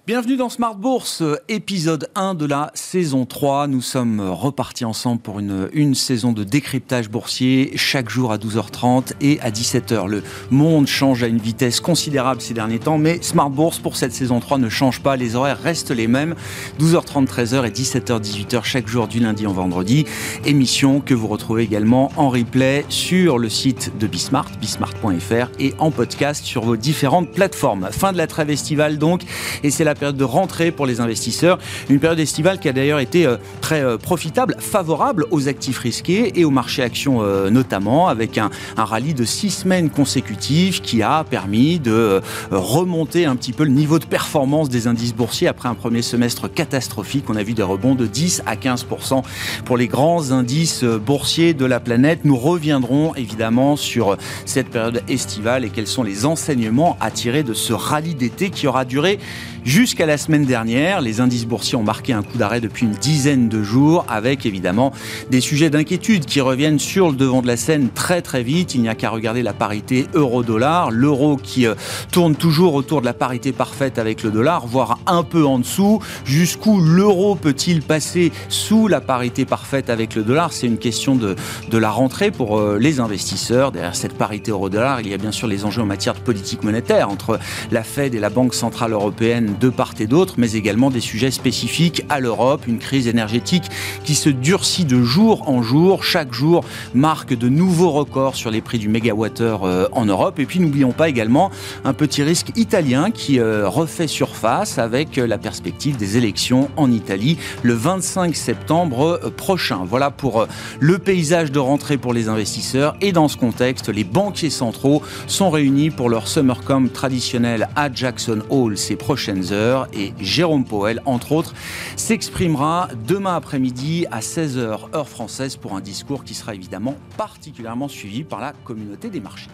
Bienvenue dans Smart Bourse, épisode 1 de la saison 3. Nous sommes repartis ensemble pour une saison de décryptage boursier chaque jour à 12h30 et à 17h. Le monde change à une vitesse considérable ces derniers temps, mais Smart Bourse pour cette saison 3 ne change pas. Les horaires restent les mêmes, 12h30, 13h et 17h, 18h chaque jour du lundi au vendredi. Émission que vous retrouvez également en replay sur le site de Bismart, bismart.fr et en podcast sur vos différentes plateformes. Fin de la trêve estivale donc, et c'est la période de rentrée pour les investisseurs. Une période estivale qui a d'ailleurs été très profitable, favorable aux actifs risqués et au marché actions notamment, avec un rallye de 6 semaines consécutives qui a permis de remonter un petit peu le niveau de performance des indices boursiers après un premier semestre catastrophique. On a vu des rebonds de 10 à 15% pour les grands indices boursiers de la planète. Nous reviendrons évidemment sur cette période estivale et quels sont les enseignements à tirer de ce rallye d'été qui aura duré jusqu'à la semaine dernière. Les indices boursiers ont marqué un coup d'arrêt depuis une dizaine de jours avec évidemment des sujets d'inquiétude qui reviennent sur le devant de la scène très très vite. Il n'y a qu'à regarder la parité euro-dollar. L'euro qui tourne toujours autour de la parité parfaite avec le dollar, voire un peu en dessous. Jusqu'où l'euro peut-il passer sous la parité parfaite avec le dollar ? C'est une question de la rentrée pour les investisseurs. Derrière cette parité euro-dollar, il y a bien sûr les enjeux en matière de politique monétaire entre la Fed et la Banque Centrale Européenne de part et d'autre, mais également des sujets spécifiques à l'Europe, une crise énergétique qui se durcit de jour en jour. Chaque jour marque de nouveaux records sur les prix du mégawattheure en Europe. Et puis n'oublions pas également un petit risque italien qui refait surface avec la perspective des élections en Italie le 25 septembre prochain. Voilà pour le paysage de rentrée pour les investisseurs. Et dans ce contexte, les banquiers centraux sont réunis pour leur Summercom traditionnel à Jackson Hole ces prochaines heures, et Jérôme Powell, entre autres, s'exprimera demain après-midi à 16h heure française pour un discours qui sera évidemment particulièrement suivi par la communauté des marchés.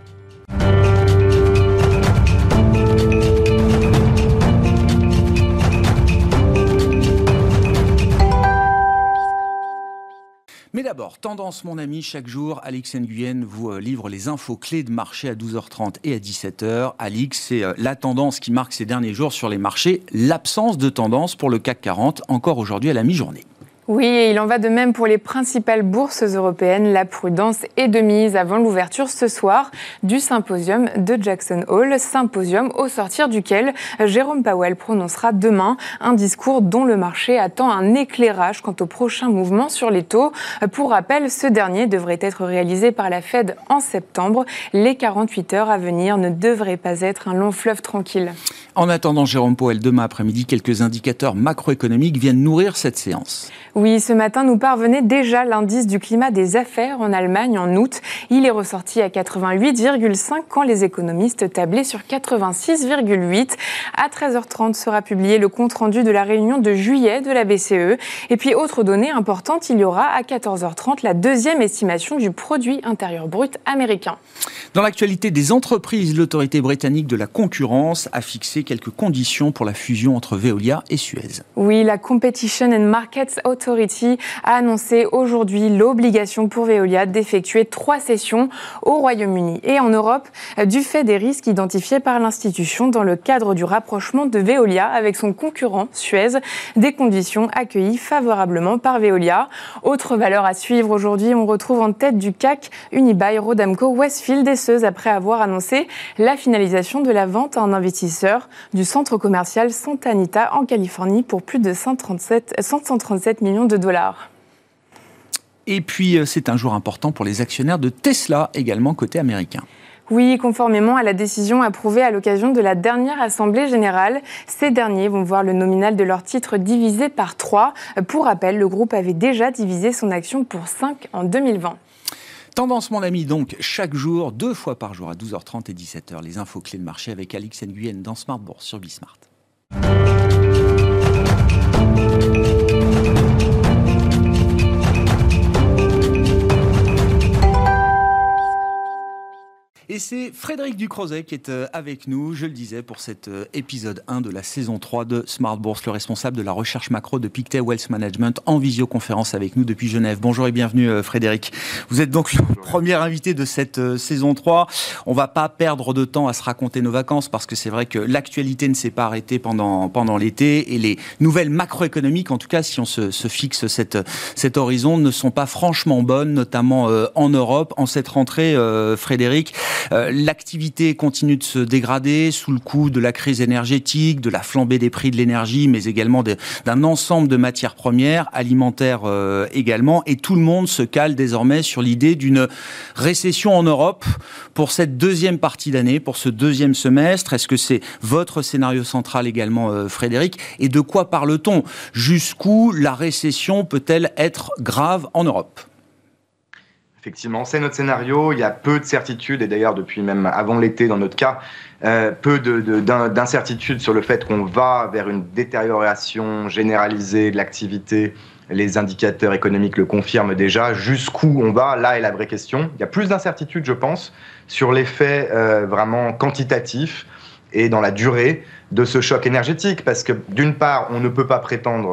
Mais d'abord, tendance mon ami, chaque jour, Alix Nguyen vous livre les infos clés de marché à 12h30 et à 17h. Alix, c'est la tendance qui marque ces derniers jours sur les marchés, l'absence de tendance pour le CAC 40, encore aujourd'hui à la mi-journée. Oui, et il en va de même pour les principales bourses européennes. La prudence est de mise avant l'ouverture ce soir du symposium de Jackson Hole, symposium au sortir duquel Jérôme Powell prononcera demain un discours dont le marché attend un éclairage quant au prochain mouvement sur les taux. Pour rappel, ce dernier devrait être réalisé par la Fed en septembre. Les 48 heures à venir ne devraient pas être un long fleuve tranquille. En attendant Jérôme Powell demain après-midi, quelques indicateurs macroéconomiques viennent nourrir cette séance. Oui, ce matin nous parvenait déjà l'indice du climat des affaires en Allemagne en août. Il est ressorti à 88,5 quand les économistes tablaient sur 86,8. À 13h30 sera publié le compte-rendu de la réunion de juillet de la BCE. Et puis, autre donnée importante, il y aura à 14h30 la deuxième estimation du produit intérieur brut américain. Dans l'actualité des entreprises, l'autorité britannique de la concurrence a fixé quelques conditions pour la fusion entre Veolia et Suez. Oui, la Competition and Markets Authority a annoncé aujourd'hui l'obligation pour Veolia d'effectuer 3 cessions au Royaume-Uni et en Europe du fait des risques identifiés par l'institution dans le cadre du rapprochement de Veolia avec son concurrent Suez, des conditions accueillies favorablement par Veolia. Autre valeur à suivre aujourd'hui, on retrouve en tête du CAC Unibail Rodamco Westfield et ce après avoir annoncé la finalisation de la vente à un investisseur du centre commercial Santa Anita en Californie pour plus de 137 millions de dollars. Et puis, c'est un jour important pour les actionnaires de Tesla, également côté américain. Oui, conformément à la décision approuvée à l'occasion de la dernière Assemblée générale, ces derniers vont voir le nominal de leur titre divisé par 3. Pour rappel, le groupe avait déjà divisé son action pour 5 en 2020. Tendance mon ami, donc chaque jour, 2 fois par jour à 12h30 et 17h, les infos clés de marché avec Alix Nguyen dans Smart Bourse sur Bismart. Et c'est Frédéric Ducrozet qui est avec nous, je le disais, pour cet épisode 1 de la saison 3 de Smart Bourse, le responsable de la recherche macro de Pictet Wealth Management, en visioconférence avec nous depuis Genève. Bonjour et bienvenue Frédéric. Vous êtes donc le premier invité de cette saison 3. On ne va pas perdre de temps à se raconter nos vacances parce que c'est vrai que l'actualité ne s'est pas arrêtée pendant l'été et les nouvelles macroéconomiques, en tout cas si on se fixe cet horizon, ne sont pas franchement bonnes, notamment en Europe. En cette rentrée, Frédéric, l'activité continue de se dégrader sous le coup de la crise énergétique, de la flambée des prix de l'énergie, mais également d'un ensemble de matières premières, alimentaires également. Et tout le monde se cale désormais sur l'idée d'une récession en Europe pour cette deuxième partie d'année, pour ce deuxième semestre. Est-ce que c'est votre scénario central également, Frédéric ? Et de quoi parle-t-on ? Jusqu'où la récession peut-elle être grave en Europe ? Effectivement, c'est notre scénario. Il y a peu de certitudes, et d'ailleurs depuis même avant l'été dans notre cas, peu d'incertitudes sur le fait qu'on va vers une détérioration généralisée de l'activité. Les indicateurs économiques le confirment déjà. Jusqu'où on va, là est la vraie question. Il y a plus d'incertitudes, je pense, sur l'effet vraiment quantitatif et dans la durée de ce choc énergétique, parce que d'une part, on ne peut pas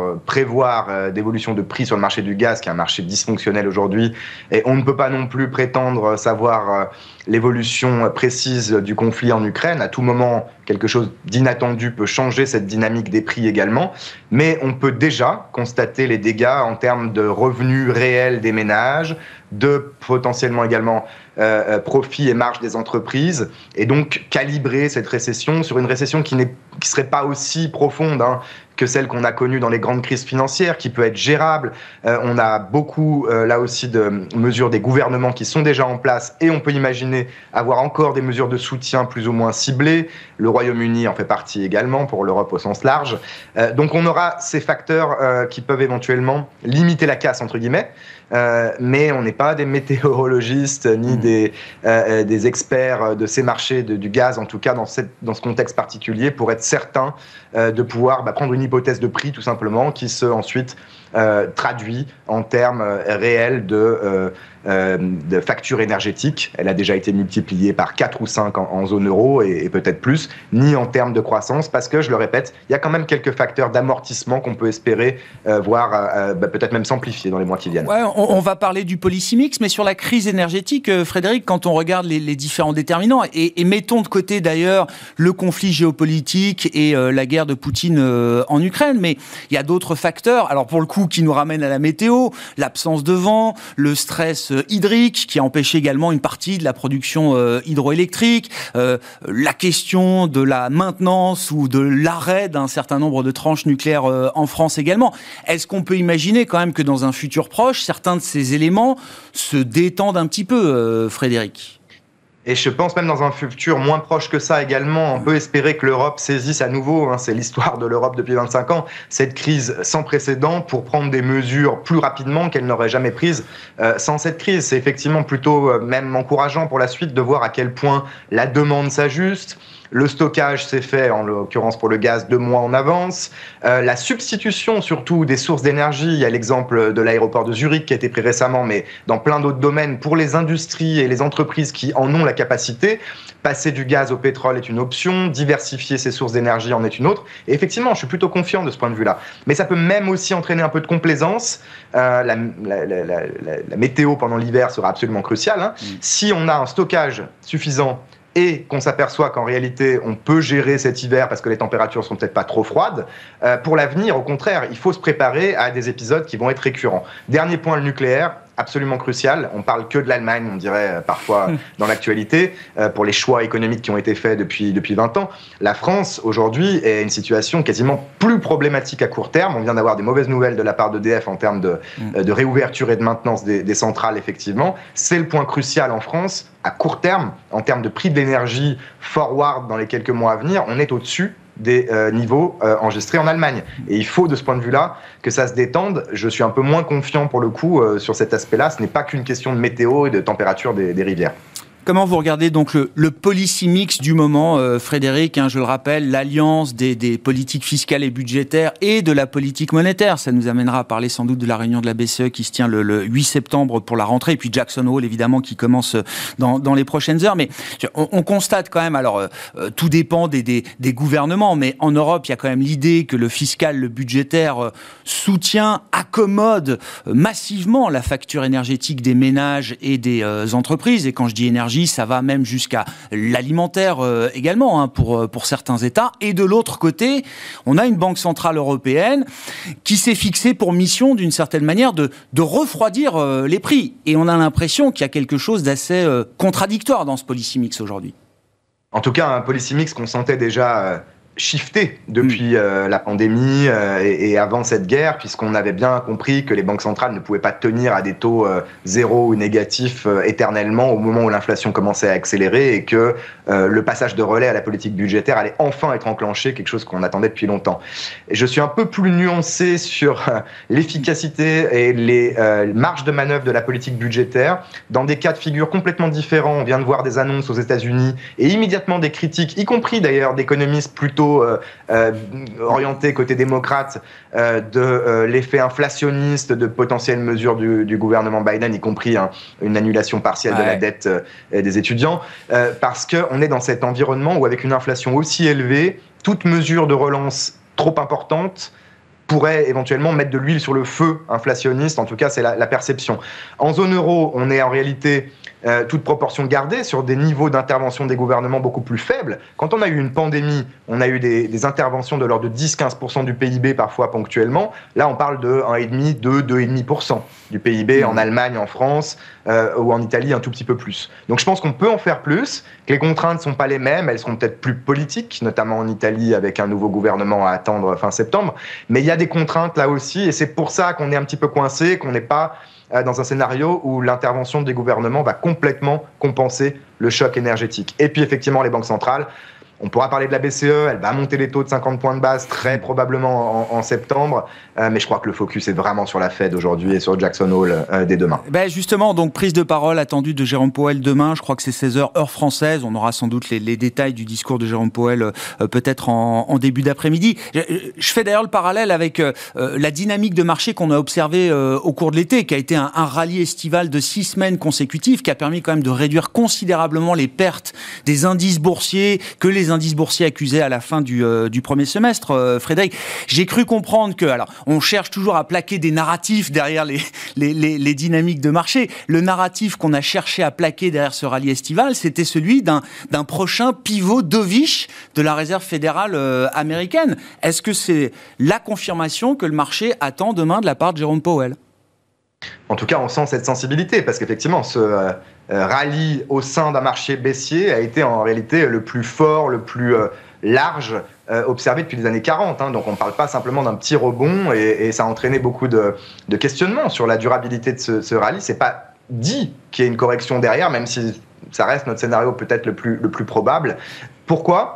prévoir d'évolution de prix sur le marché du gaz, qui est un marché dysfonctionnel aujourd'hui, et on ne peut pas non plus prétendre savoir l'évolution précise du conflit en Ukraine. À tout moment, quelque chose d'inattendu peut changer cette dynamique des prix également, mais on peut déjà constater les dégâts en termes de revenus réels des ménages, de potentiellement également profits et marges des entreprises, et donc calibrer cette récession sur une récession qui serait pas aussi profonde que celle qu'on a connue dans les grandes crises financières, qui peut être gérable. On a beaucoup, là aussi, de mesures des gouvernements qui sont déjà en place, et on peut imaginer avoir encore des mesures de soutien plus ou moins ciblées. Le Royaume-Uni en fait partie également, pour l'Europe au sens large. Donc on aura ces facteurs qui peuvent éventuellement limiter la casse, entre guillemets, mais on n'est pas des météorologistes, ni des experts de ces marchés du gaz, en tout cas dans ce contexte particulier, pour être certain de pouvoir prendre une hypothèse de prix tout simplement qui se ensuite traduit en termes réels de facture énergétique. Elle a déjà été multipliée par 4 ou 5 en zone euro et peut-être plus, ni en termes de croissance, parce que, je le répète, il y a quand même quelques facteurs d'amortissement qu'on peut espérer voir peut-être même s'amplifier dans les mois qui viennent. Ouais, on va parler du policy mix, mais sur la crise énergétique, Frédéric, quand on regarde les différents déterminants, et mettons de côté d'ailleurs le conflit géopolitique et la guerre de Poutine en Ukraine, mais il y a d'autres facteurs, alors pour le coup qui nous ramènent à la météo, l'absence de vent, le stress hydrique qui a empêché également une partie de la production hydroélectrique, la question de la maintenance ou de l'arrêt d'un certain nombre de tranches nucléaires en France également. Est-ce qu'on peut imaginer quand même que dans un futur proche, certains de ces éléments se détendent un petit peu, Frédéric ? Et je pense même dans un futur moins proche que ça également, on peut espérer que l'Europe saisisse à nouveau, c'est l'histoire de l'Europe depuis 25 ans, cette crise sans précédent pour prendre des mesures plus rapidement qu'elle n'aurait jamais prises sans cette crise. C'est effectivement plutôt même encourageant pour la suite de voir à quel point la demande s'ajuste. Le stockage s'est fait, en l'occurrence pour le gaz, 2 mois en avance. La substitution, surtout, des sources d'énergie. Il y a l'exemple de l'aéroport de Zurich qui a été pris récemment, mais dans plein d'autres domaines, pour les industries et les entreprises qui en ont la capacité, passer du gaz au pétrole est une option, diversifier ses sources d'énergie en est une autre. Et effectivement, je suis plutôt confiant de ce point de vue-là. Mais ça peut même aussi entraîner un peu de complaisance. La météo pendant l'hiver sera absolument cruciale. Si on a un stockage suffisant et qu'on s'aperçoit qu'en réalité, on peut gérer cet hiver parce que les températures sont peut-être pas trop froides, pour l'avenir, au contraire, il faut se préparer à des épisodes qui vont être récurrents. Dernier point, le nucléaire, absolument crucial. On parle que de l'Allemagne, on dirait parfois dans l'actualité, pour les choix économiques qui ont été faits depuis 20 ans. La France, aujourd'hui, est une situation quasiment plus problématique à court terme. On vient d'avoir des mauvaises nouvelles de la part d'EDF en termes de réouverture et de maintenance des centrales, effectivement. C'est le point crucial en France. À court terme, en termes de prix de l'énergie forward dans les quelques mois à venir, on est au-dessus des niveaux enregistrés en Allemagne. Et il faut, de ce point de vue-là, que ça se détende. Je suis un peu moins confiant, pour le coup, sur cet aspect-là. Ce n'est pas qu'une question de météo et de température des rivières. Comment vous regardez donc le policy mix du moment, Frédéric, je le rappelle, l'alliance des politiques fiscales et budgétaires et de la politique monétaire. Ça nous amènera à parler sans doute de la réunion de la BCE qui se tient le 8 septembre pour la rentrée, et puis Jackson Hole, évidemment, qui commence dans les prochaines heures. Mais on constate quand même, alors tout dépend des gouvernements, mais en Europe, il y a quand même l'idée que le fiscal, le budgétaire soutient, accommode massivement la facture énergétique des ménages et des entreprises. Et quand je dis énergie, ça va même jusqu'à l'alimentaire également, pour certains États. Et de l'autre côté, on a une banque centrale européenne qui s'est fixée pour mission, d'une certaine manière, de refroidir les prix. Et on a l'impression qu'il y a quelque chose d'assez contradictoire dans ce policy mix aujourd'hui. En tout cas, un policy mix qu'on sentait déjà shifté depuis la pandémie et avant cette guerre, puisqu'on avait bien compris que les banques centrales ne pouvaient pas tenir à des taux zéro ou négatifs éternellement au moment où l'inflation commençait à accélérer, et que le passage de relais à la politique budgétaire allait enfin être enclenché, quelque chose qu'on attendait depuis longtemps. Et je suis un peu plus nuancé sur l'efficacité et les marges de manœuvre de la politique budgétaire dans des cas de figure complètement différents. On vient de voir des annonces aux États-Unis et immédiatement des critiques, y compris d'ailleurs d'économistes plutôt orienté côté démocrate de l'effet inflationniste de potentielles mesures du gouvernement Biden, y compris une annulation partielle de la dette des étudiants, parce qu'on est dans cet environnement où, avec une inflation aussi élevée, toute mesure de relance trop importante pourrait éventuellement mettre de l'huile sur le feu inflationniste. En tout cas, c'est la perception. En zone euro, on est en réalité, toute proportion gardée, sur des niveaux d'intervention des gouvernements beaucoup plus faibles. Quand on a eu une pandémie, on a eu des interventions de l'ordre de 10-15% du PIB, parfois ponctuellement. Là, on parle de 1,5, 2,5% du PIB en Allemagne, en France ou en Italie, un tout petit peu plus. Donc je pense qu'on peut en faire plus, que les contraintes ne sont pas les mêmes, elles seront peut-être plus politiques, notamment en Italie avec un nouveau gouvernement à attendre fin septembre. Mais il y a des contraintes là aussi, et c'est pour ça qu'on est un petit peu coincé, qu'on n'est pas dans un scénario où l'intervention des gouvernements va complètement compenser le choc énergétique. Et puis effectivement, les banques centrales, on pourra parler de la BCE, elle va monter les taux de 50 points de base très probablement en septembre, mais je crois que le focus est vraiment sur la Fed aujourd'hui et sur Jackson Hole dès demain. Justement, donc prise de parole attendue de Jérôme Powell demain, je crois que c'est 16h heure française, on aura sans doute les détails du discours de Jérôme Powell peut-être en début d'après-midi. Je fais d'ailleurs le parallèle avec la dynamique de marché qu'on a observée au cours de l'été, qui a été un rallye estival de 6 semaines consécutives, qui a permis quand même de réduire considérablement les pertes des indices boursiers que les indices boursiers accusés à la fin du premier semestre. Frédéric, j'ai cru comprendre que, alors, on cherche toujours à plaquer des narratifs derrière les dynamiques de marché. Le narratif qu'on a cherché à plaquer derrière ce rallye estival, c'était celui d'un prochain pivot dovish de la Réserve fédérale américaine. Est-ce que c'est la confirmation que le marché attend demain de la part de Jérôme Powell ? En tout cas, on sent cette sensibilité, parce qu'effectivement, ce rallye au sein d'un marché baissier a été en réalité le plus fort, le plus large observé depuis les années 40. Donc on ne parle pas simplement d'un petit rebond, et ça a entraîné beaucoup de questionnements sur la durabilité de ce rallye. Ce n'est pas dit qu'il y ait une correction derrière, même si ça reste notre scénario peut-être le plus probable. Pourquoi ?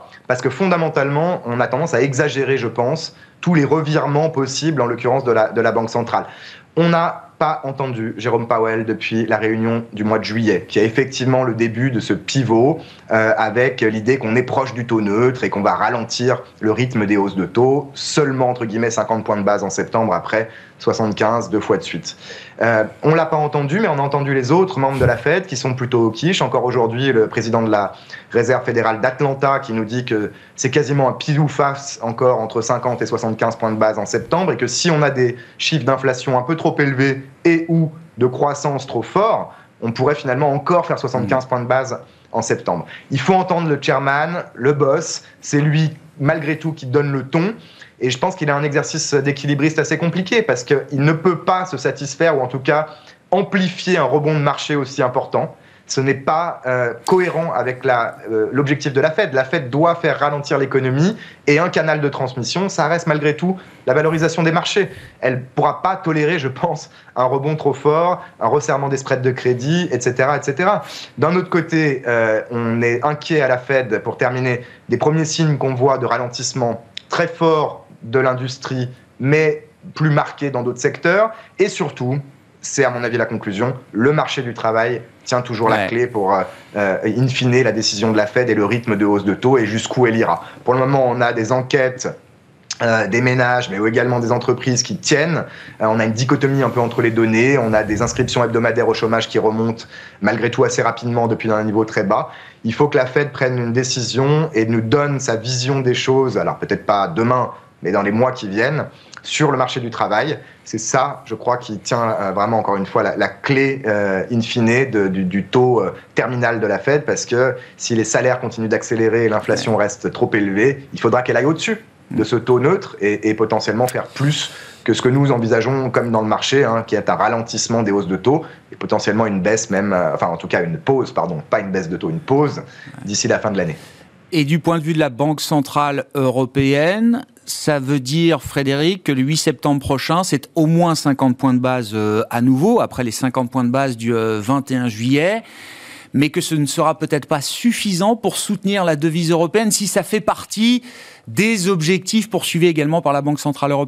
Parce que fondamentalement, on a tendance à exagérer, je pense, tous les revirements possibles, en l'occurrence de la Banque centrale. On n'a pas entendu Jérôme Powell depuis la réunion du mois de juillet, qui est effectivement le début de ce pivot, avec l'idée qu'on est proche du taux neutre et qu'on va ralentir le rythme des hausses de taux, seulement entre guillemets 50 points de base en septembre, après 75 2 fois de suite. On ne l'a pas entendu, mais on a entendu les autres membres de la Fed qui sont plutôt au quiche. Encore aujourd'hui, le président de la Réserve fédérale d'Atlanta qui nous dit que c'est quasiment un pile ou face encore entre 50 et 75 points de base en septembre, et que si on a des chiffres d'inflation un peu trop élevés et ou de croissance trop forts, on pourrait finalement encore faire 75 points de base en septembre. Il faut entendre le chairman, le boss, c'est lui malgré tout qui donne le ton. Et je pense qu'il a un exercice d'équilibriste assez compliqué, parce qu'il ne peut pas se satisfaire, ou en tout cas amplifier un rebond de marché aussi important. Ce n'est pas cohérent avec l'objectif de la Fed. La Fed doit faire ralentir l'économie, et un canal de transmission, ça reste malgré tout la valorisation des marchés. Elle ne pourra pas tolérer, je pense, un rebond trop fort, un resserrement des spreads de crédit, etc. etc. D'un autre côté, on est inquiet à la Fed, pour terminer, des premiers signes qu'on voit de ralentissement très fort de l'industrie, mais plus marqué dans d'autres secteurs, et surtout c'est à mon avis la conclusion, le marché du travail tient toujours la clé pour, in fine, la décision de la Fed et le rythme de hausse de taux et jusqu'où elle ira. Pour le moment, on a des enquêtes des ménages, mais également des entreprises qui tiennent. On a une dichotomie un peu entre les données. On a des inscriptions hebdomadaires au chômage qui remontent malgré tout assez rapidement depuis un niveau très bas. Il faut que la Fed prenne une décision et nous donne sa vision des choses, alors peut-être pas demain, mais dans les mois qui viennent, sur le marché du travail. C'est ça, je crois, qui tient vraiment, encore une fois, la clé in fine du taux terminal de la Fed, parce que si les salaires continuent d'accélérer et l'inflation reste trop élevée, il faudra qu'elle aille au-dessus de ce taux neutre et potentiellement faire plus que ce que nous envisageons comme dans le marché, qui est un ralentissement des hausses de taux et potentiellement une baisse même, enfin en tout cas une pause, pardon, pas une baisse de taux, une pause d'ici la fin de l'année. Et du point de vue de la Banque Centrale Européenne, ça veut dire, Frédéric, que le 8 septembre prochain, c'est au moins 50 points de base à nouveau, après les 50 points de base du 21 juillet, mais que ce ne sera peut-être pas suffisant pour soutenir la devise européenne si ça fait partie des objectifs poursuivis également par la Banque Centrale Européenne ?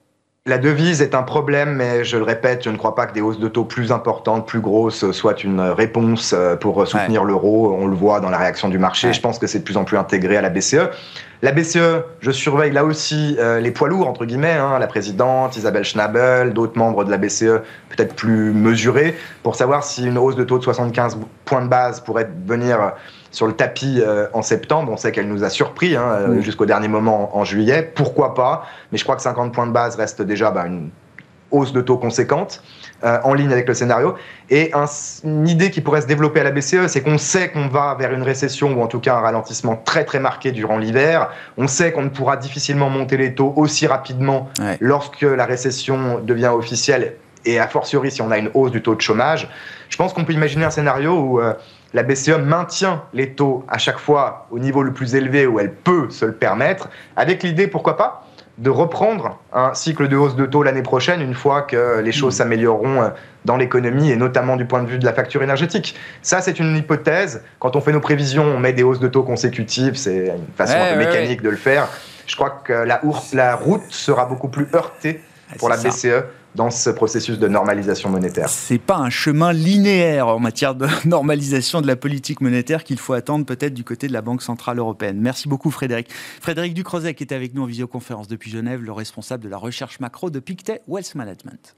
La devise est un problème, mais je le répète, je ne crois pas que des hausses de taux plus importantes, plus grosses, soient une réponse pour soutenir l'euro. On le voit dans la réaction du marché. Je pense que c'est de plus en plus intégré à la BCE. La BCE, je surveille là aussi les poids lourds, entre guillemets, la présidente, Isabelle Schnabel, d'autres membres de la BCE peut-être plus mesurés, pour savoir si une hausse de taux de 75 points de base pourrait venir sur le tapis en septembre. On sait qu'elle nous a surpris jusqu'au dernier moment en juillet. Pourquoi pas ? Mais je crois que 50 points de base reste déjà une hausse de taux conséquente, en ligne avec le scénario. Et une idée qui pourrait se développer à la BCE, c'est qu'on sait qu'on va vers une récession ou en tout cas un ralentissement très très marqué durant l'hiver. On sait qu'on ne pourra difficilement monter les taux aussi rapidement lorsque la récession devient officielle et a fortiori si on a une hausse du taux de chômage. Je pense qu'on peut imaginer un scénario où la BCE maintient les taux à chaque fois au niveau le plus élevé où elle peut se le permettre, avec l'idée, pourquoi pas, de reprendre un cycle de hausse de taux l'année prochaine, une fois que les choses s'amélioreront dans l'économie et notamment du point de vue de la facture énergétique. Ça, c'est une hypothèse. Quand on fait nos prévisions, on met des hausses de taux consécutives, c'est une façon un peu mécanique de le faire. Je crois que la route sera beaucoup plus heurtée pour la BCE dans ce processus de normalisation monétaire. C'est pas un chemin linéaire en matière de normalisation de la politique monétaire qu'il faut attendre peut-être du côté de la Banque Centrale Européenne. Merci beaucoup Frédéric. Frédéric Ducrozet qui est avec nous en visioconférence depuis Genève, le responsable de la recherche macro de Pictet Wealth Management.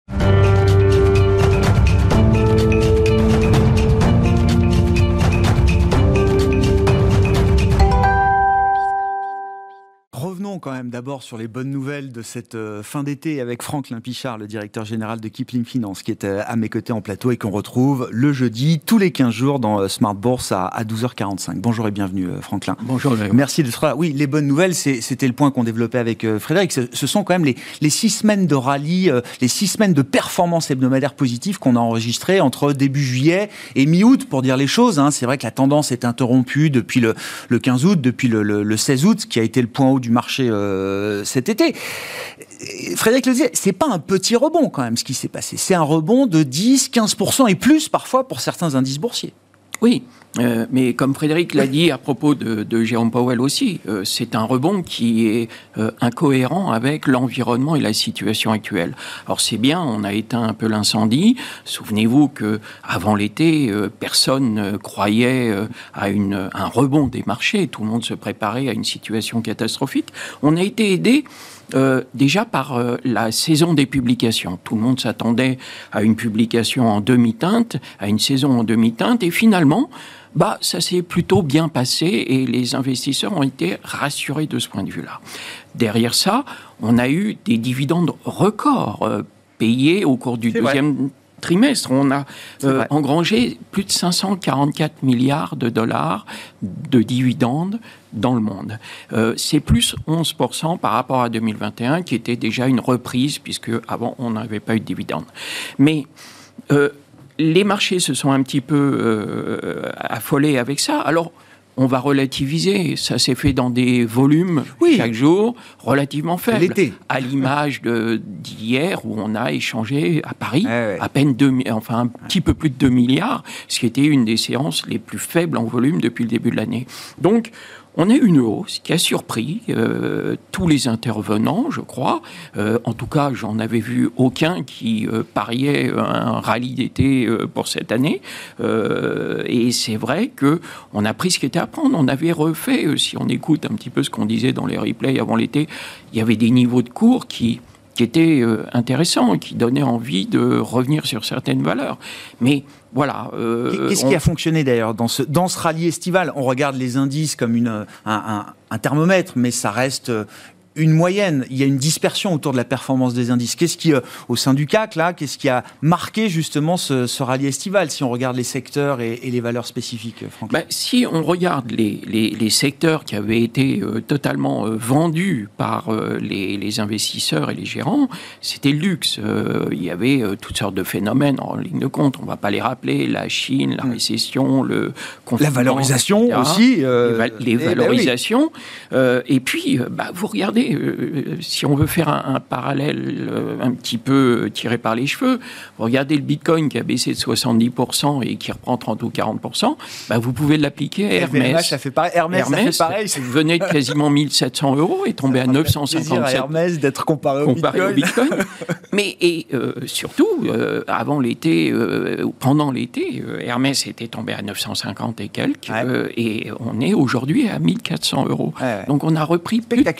Revenons quand même d'abord sur les bonnes nouvelles de cette fin d'été avec Franklin Pichard, le directeur général de Kipling Finance, qui est à mes côtés en plateau et qu'on retrouve le jeudi, tous les 15 jours dans Smart Bourse à 12h45. Bonjour et bienvenue Franklin. Bonjour. Merci d'être là. Oui, les bonnes nouvelles, c'était le point qu'on développait avec Frédéric. Ce sont quand même les 6 semaines de rallye, les 6 semaines de performance hebdomadaire positive qu'on a enregistrées entre début juillet et mi-août, pour dire les choses. C'est vrai que la tendance est interrompue depuis le 15 août, depuis le 16 août, qui a été le point haut du marché cet été. Frédéric le disait, c'est pas un petit rebond quand même ce qui s'est passé. C'est un rebond de 10-15% et plus parfois pour certains indices boursiers. Oui, mais comme Frédéric l'a dit à propos de Jérôme Powell aussi, c'est un rebond qui est incohérent avec l'environnement et la situation actuelle. Alors c'est bien, on a éteint un peu l'incendie. Souvenez-vous qu'avant l'été, personne ne croyait à un rebond des marchés. Tout le monde se préparait à une situation catastrophique. On a été aidé déjà par la saison des publications. Tout le monde s'attendait à une publication en demi-teinte, à une saison en demi-teinte, et finalement, ça s'est plutôt bien passé et les investisseurs ont été rassurés de ce point de vue-là. Derrière ça, on a eu des dividendes records payés au cours du deuxième trimestre. On a engrangé plus de 544 milliards de dollars de dividendes dans le monde. C'est plus 11% par rapport à 2021, qui était déjà une reprise, puisque avant on n'avait pas eu de dividendes. Mais les marchés se sont un petit peu affolés avec ça. Alors, on va relativiser. Ça s'est fait dans des volumes chaque jour relativement faibles. À l'image d'hier où on a échangé à Paris à peine un petit peu plus de 2 milliards, ce qui était une des séances les plus faibles en volume depuis le début de l'année. Donc, on a eu une hausse qui a surpris tous les intervenants, je crois. En tout cas, j'en avais vu aucun qui pariait un rallye d'été pour cette année. Et c'est vrai qu'on a pris ce qui était à prendre. On avait refait, si on écoute un petit peu ce qu'on disait dans les replays avant l'été, il y avait des niveaux de cours qui étaient intéressants, qui donnaient envie de revenir sur certaines valeurs. Mais voilà. Qu'est-ce qui a fonctionné d'ailleurs dans ce rallye estival? On regarde les indices comme un thermomètre, mais ça reste une moyenne. Il y a une dispersion autour de la performance des indices. Qu'est-ce qui, au sein du CAC, là, qu'est-ce qui a marqué justement ce rallye estival, si on regarde les secteurs et les valeurs spécifiques, Franklin? Si on regarde les secteurs qui avaient été totalement vendus par les investisseurs et les gérants, c'était le luxe. Il y avait toutes sortes de phénomènes en ligne de compte. On ne va pas les rappeler. La Chine, la récession, le confinement, la valorisation etc. aussi. Les valorisations. Oui. Et puis, vous regardez, si on veut faire un parallèle un petit peu tiré par les cheveux, regardez le Bitcoin qui a baissé de 70% et qui reprend 30 ou 40%, vous pouvez l'appliquer à Hermès. Ça fait pareil. Hermès, ça fait pareil. Venait de quasiment 1 700 € et tombé à 957. À Hermès d'être comparé au Bitcoin. Mais surtout, avant l'été, pendant l'été, Hermès était tombé à 950 et quelques, et on est aujourd'hui à 1 400 €. Ouais. Donc on a repris plus de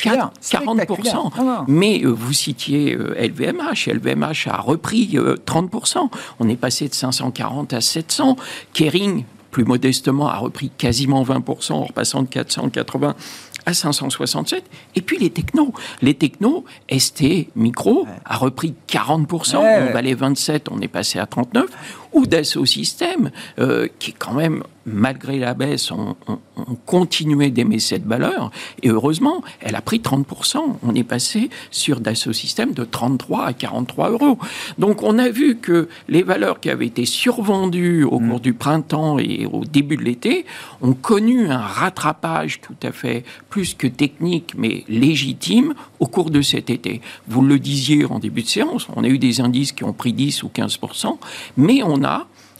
40%. Mais vous citiez LVMH. LVMH a repris 30%. On est passé de 540 à 700. Kering, plus modestement, a repris quasiment 20%, en repassant de 480 à 567. Et puis les technos. Les technos, ST Micro a repris 40%. On valait 27, on est passé à 39. Ou Dassault Systèmes, qui quand même, malgré la baisse, on continuait d'aimer cette valeur. Et heureusement, elle a pris 30%. On est passé sur Dassault Systèmes de 33 à 43 €. Donc on a vu que les valeurs qui avaient été survendues au cours du printemps et au début de l'été ont connu un rattrapage tout à fait plus que technique, mais légitime au cours de cet été. Vous le disiez en début de séance, on a eu des indices qui ont pris 10 ou 15%, mais on a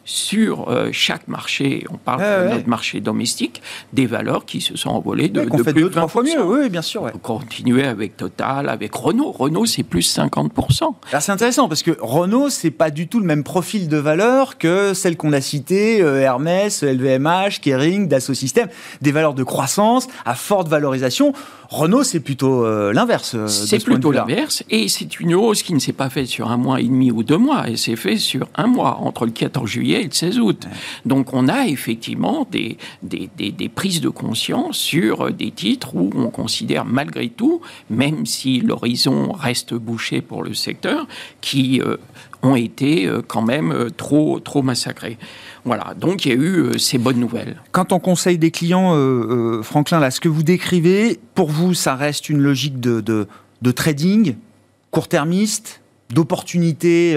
sur chaque marché, on parle de notre marché domestique, des valeurs qui se sont envolées de plus de 20%. Fois mieux, oui, bien sûr. On continuait avec Total, avec Renault. Renault, c'est plus 50%. Alors, c'est intéressant parce que Renault, c'est pas du tout le même profil de valeur que celle qu'on a citée, Hermès, LVMH, Kering, Dassault Systèmes, des valeurs de croissance à forte valorisation. Renault, c'est plutôt l'inverse. C'est plutôt l'inverse, et c'est une hausse qui ne s'est pas faite sur 1 mois et demi ou 2 mois, elle s'est faite sur 1 mois, entre le 14 juillet et le 16 août. Ouais. Donc on a effectivement des prises de conscience sur des titres où on considère malgré tout, même si l'horizon reste bouché pour le secteur, qui ont été quand même trop massacrés. Voilà, donc il y a eu ces bonnes nouvelles. Quand on conseille des clients, Franklin, là, ce que vous décrivez, pour vous, ça reste une logique de trading court-termiste, d'opportunités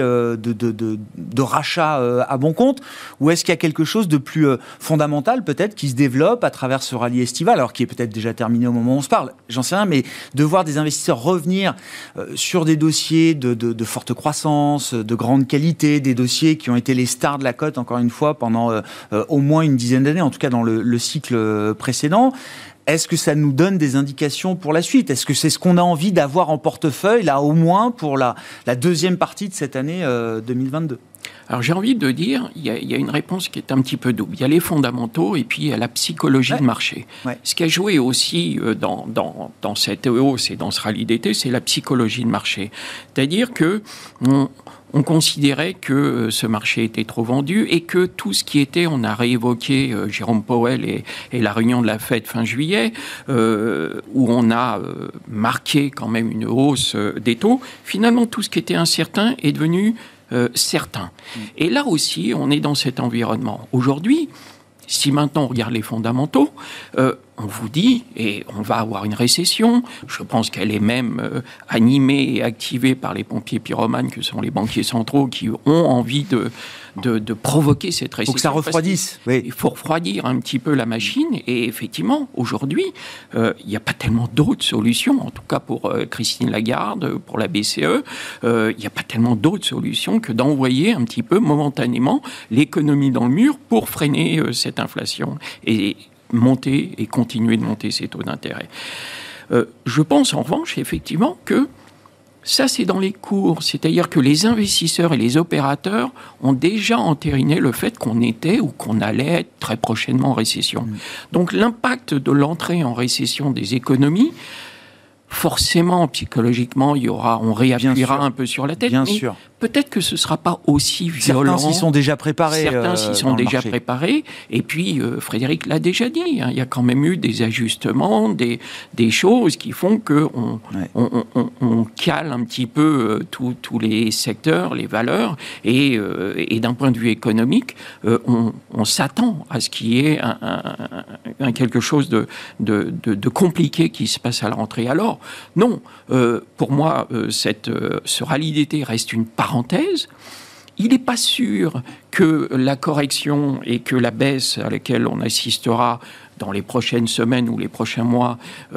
de rachat à bon compte, ou est-ce qu'il y a quelque chose de plus fondamental peut-être qui se développe à travers ce rallye estival, alors qui est peut-être déjà terminé au moment où on se parle, j'en sais rien, mais de voir des investisseurs revenir sur des dossiers de forte croissance, de grande qualité, des dossiers qui ont été les stars de la cote, encore une fois, pendant au moins une dizaine d'années, en tout cas dans le cycle précédent. Est-ce que ça nous donne des indications pour la suite? Est-ce que c'est ce qu'on a envie d'avoir en portefeuille, là, au moins pour la deuxième partie de cette année 2022? Alors j'ai envie de dire, il y a une réponse qui est un petit peu double. Il y a les fondamentaux et puis il y a la psychologie de marché. Ouais. Ce qui a joué aussi dans cette hausse et dans ce rallye d'été, c'est la psychologie de marché. C'est-à-dire que on considérait que ce marché était trop vendu et que tout ce qui était, on a réévoqué Jérôme Powell et la réunion de la Fed fin juillet, où on a marqué quand même une hausse des taux, finalement tout ce qui était incertain est devenu certain. Et là aussi, on est dans cet environnement. Aujourd'hui, si maintenant on regarde les fondamentaux, on vous dit, et on va avoir une récession, je pense qu'elle est même animée et activée par les pompiers pyromanes que sont les banquiers centraux qui ont envie de provoquer cette récession. Il faut que ça refroidisse. Oui. Il faut refroidir un petit peu la machine, et effectivement, aujourd'hui, il n'y a pas tellement d'autres solutions, en tout cas pour Christine Lagarde, pour la BCE, il n'y a pas tellement d'autres solutions que d'envoyer un petit peu momentanément l'économie dans le mur pour freiner cette inflation. Et monter et continuer de monter ces taux d'intérêt. Je pense en revanche effectivement que ça, c'est dans les cours, c'est-à-dire que les investisseurs et les opérateurs ont déjà entériné le fait qu'on était ou qu'on allait être très prochainement en récession. Donc l'impact de l'entrée en récession des économies, forcément, psychologiquement, on réappuiera un peu sur la tête. Bien sûr. Peut-être que ce ne sera pas aussi violent. Certains s'y sont déjà préparés. Certains s'y sont déjà préparés. Et puis, Frédéric l'a déjà dit, il y a quand même eu des ajustements, des choses qui font qu'on on cale un petit peu tous les secteurs, les valeurs. Et d'un point de vue économique, on s'attend à ce qu'il y ait quelque chose de compliqué qui se passe à la rentrée. Alors, non, pour moi, ce rallye d'été reste une parenthèse. Il n'est pas sûr que la correction et que la baisse à laquelle on assistera dans les prochaines semaines ou les prochains mois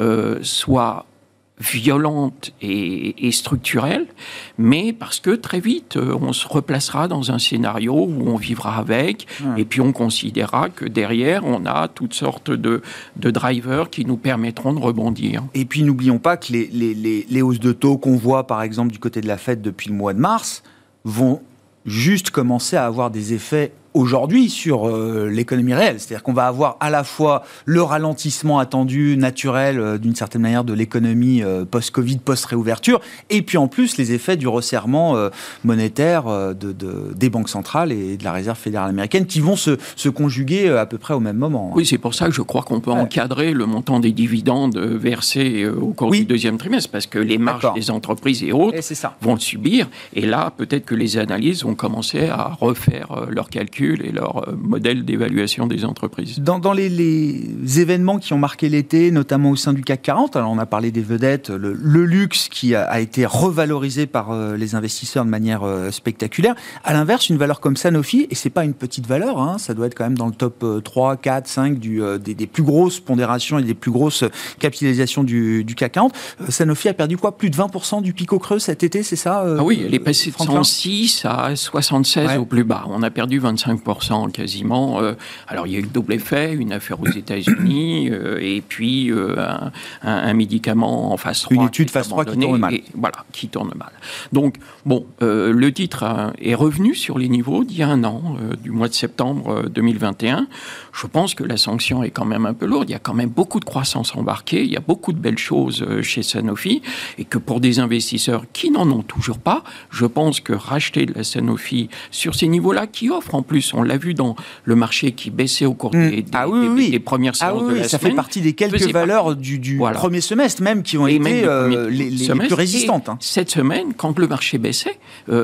soit violente et structurelle, mais parce que très vite, on se replacera dans un scénario où on vivra avec, et puis on considérera que derrière, on a toutes sortes de drivers qui nous permettront de rebondir. Et puis, n'oublions pas que les hausses de taux qu'on voit, par exemple, du côté de la Fed depuis le mois de mars, vont juste commencer à avoir des effets aujourd'hui sur l'économie réelle. C'est-à-dire qu'on va avoir à la fois le ralentissement attendu, naturel, d'une certaine manière, de l'économie post-Covid, post-réouverture, et puis en plus les effets du resserrement monétaire des banques centrales et de la Réserve fédérale américaine qui vont se conjuguer à peu près au même moment. Oui, c'est pour ça que je crois qu'on peut encadrer le montant des dividendes versés au cours du deuxième trimestre, parce que les marges des entreprises et autres vont le subir, et là, peut-être que les analyses vont commencer à refaire leurs calculs et leur modèle d'évaluation des entreprises. Dans les événements qui ont marqué l'été, notamment au sein du CAC 40, alors on a parlé des vedettes, le luxe qui a été revalorisé par les investisseurs de manière spectaculaire. À l'inverse, une valeur comme Sanofi, et c'est pas une petite valeur, hein, ça doit être quand même dans le top 3, 4, 5 des plus grosses pondérations et des plus grosses capitalisations du CAC 40. Sanofi a perdu quoi ? Plus de 20% du pic au creux cet été, c'est ça oui, elle est passée de 106 à 76 au plus bas. On a perdu 25% quasiment. Alors, il y a eu le double effet, une affaire aux États-Unis, et puis un médicament en phase 3. Une étude phase 3 qui tourne mal. Voilà, qui tourne mal. Donc, bon, le titre est revenu sur les niveaux d'il y a un an, du mois de septembre 2021. Je pense que la sanction est quand même un peu lourde. Il y a quand même beaucoup de croissance embarquée. Il y a beaucoup de belles choses chez Sanofi. Et que pour des investisseurs qui n'en ont toujours pas, je pense que racheter de la Sanofi sur ces niveaux-là, qui offrent en plus, on l'a vu dans le marché qui baissait au cours des premières séances de la ça semaine. fait partie des quelques valeurs du premier semestre même qui ont été les plus résistantes. Cette semaine, quand le marché baissait,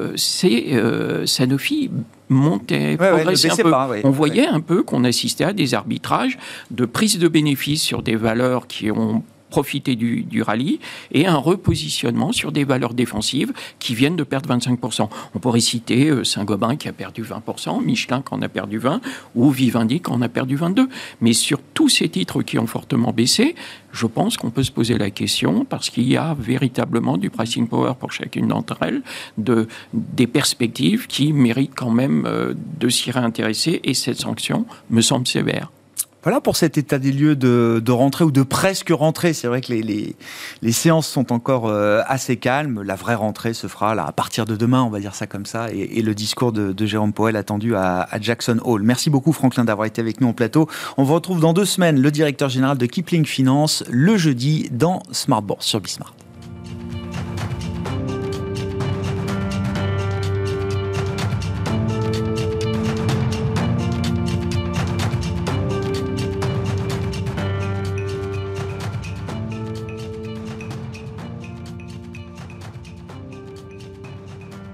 Sanofi montait, progressait un peu. On voyait un peu qu'on assistait à des arbitrages de prise de bénéfices sur des valeurs qui ont profiter du rallye et un repositionnement sur des valeurs défensives qui viennent de perdre 25%. On pourrait citer Saint-Gobain qui a perdu 20%, Michelin qui en a perdu 20%, ou Vivendi qui en a perdu 22%. Mais sur tous ces titres qui ont fortement baissé, je pense qu'on peut se poser la question, parce qu'il y a véritablement du pricing power pour chacune d'entre elles, des perspectives qui méritent quand même de s'y réintéresser, et cette sanction me semble sévère. Voilà pour cet état des lieux de rentrée ou de presque rentrée. C'est vrai que les séances sont encore assez calmes. La vraie rentrée se fera là, à partir de demain, on va dire ça comme ça, et le discours de Jérôme Powell attendu à Jackson Hole. Merci beaucoup Franklin d'avoir été avec nous en plateau. On vous retrouve dans 2 semaines, le directeur général de Kipling Finance, le jeudi dans Smart Bourse sur Bismart.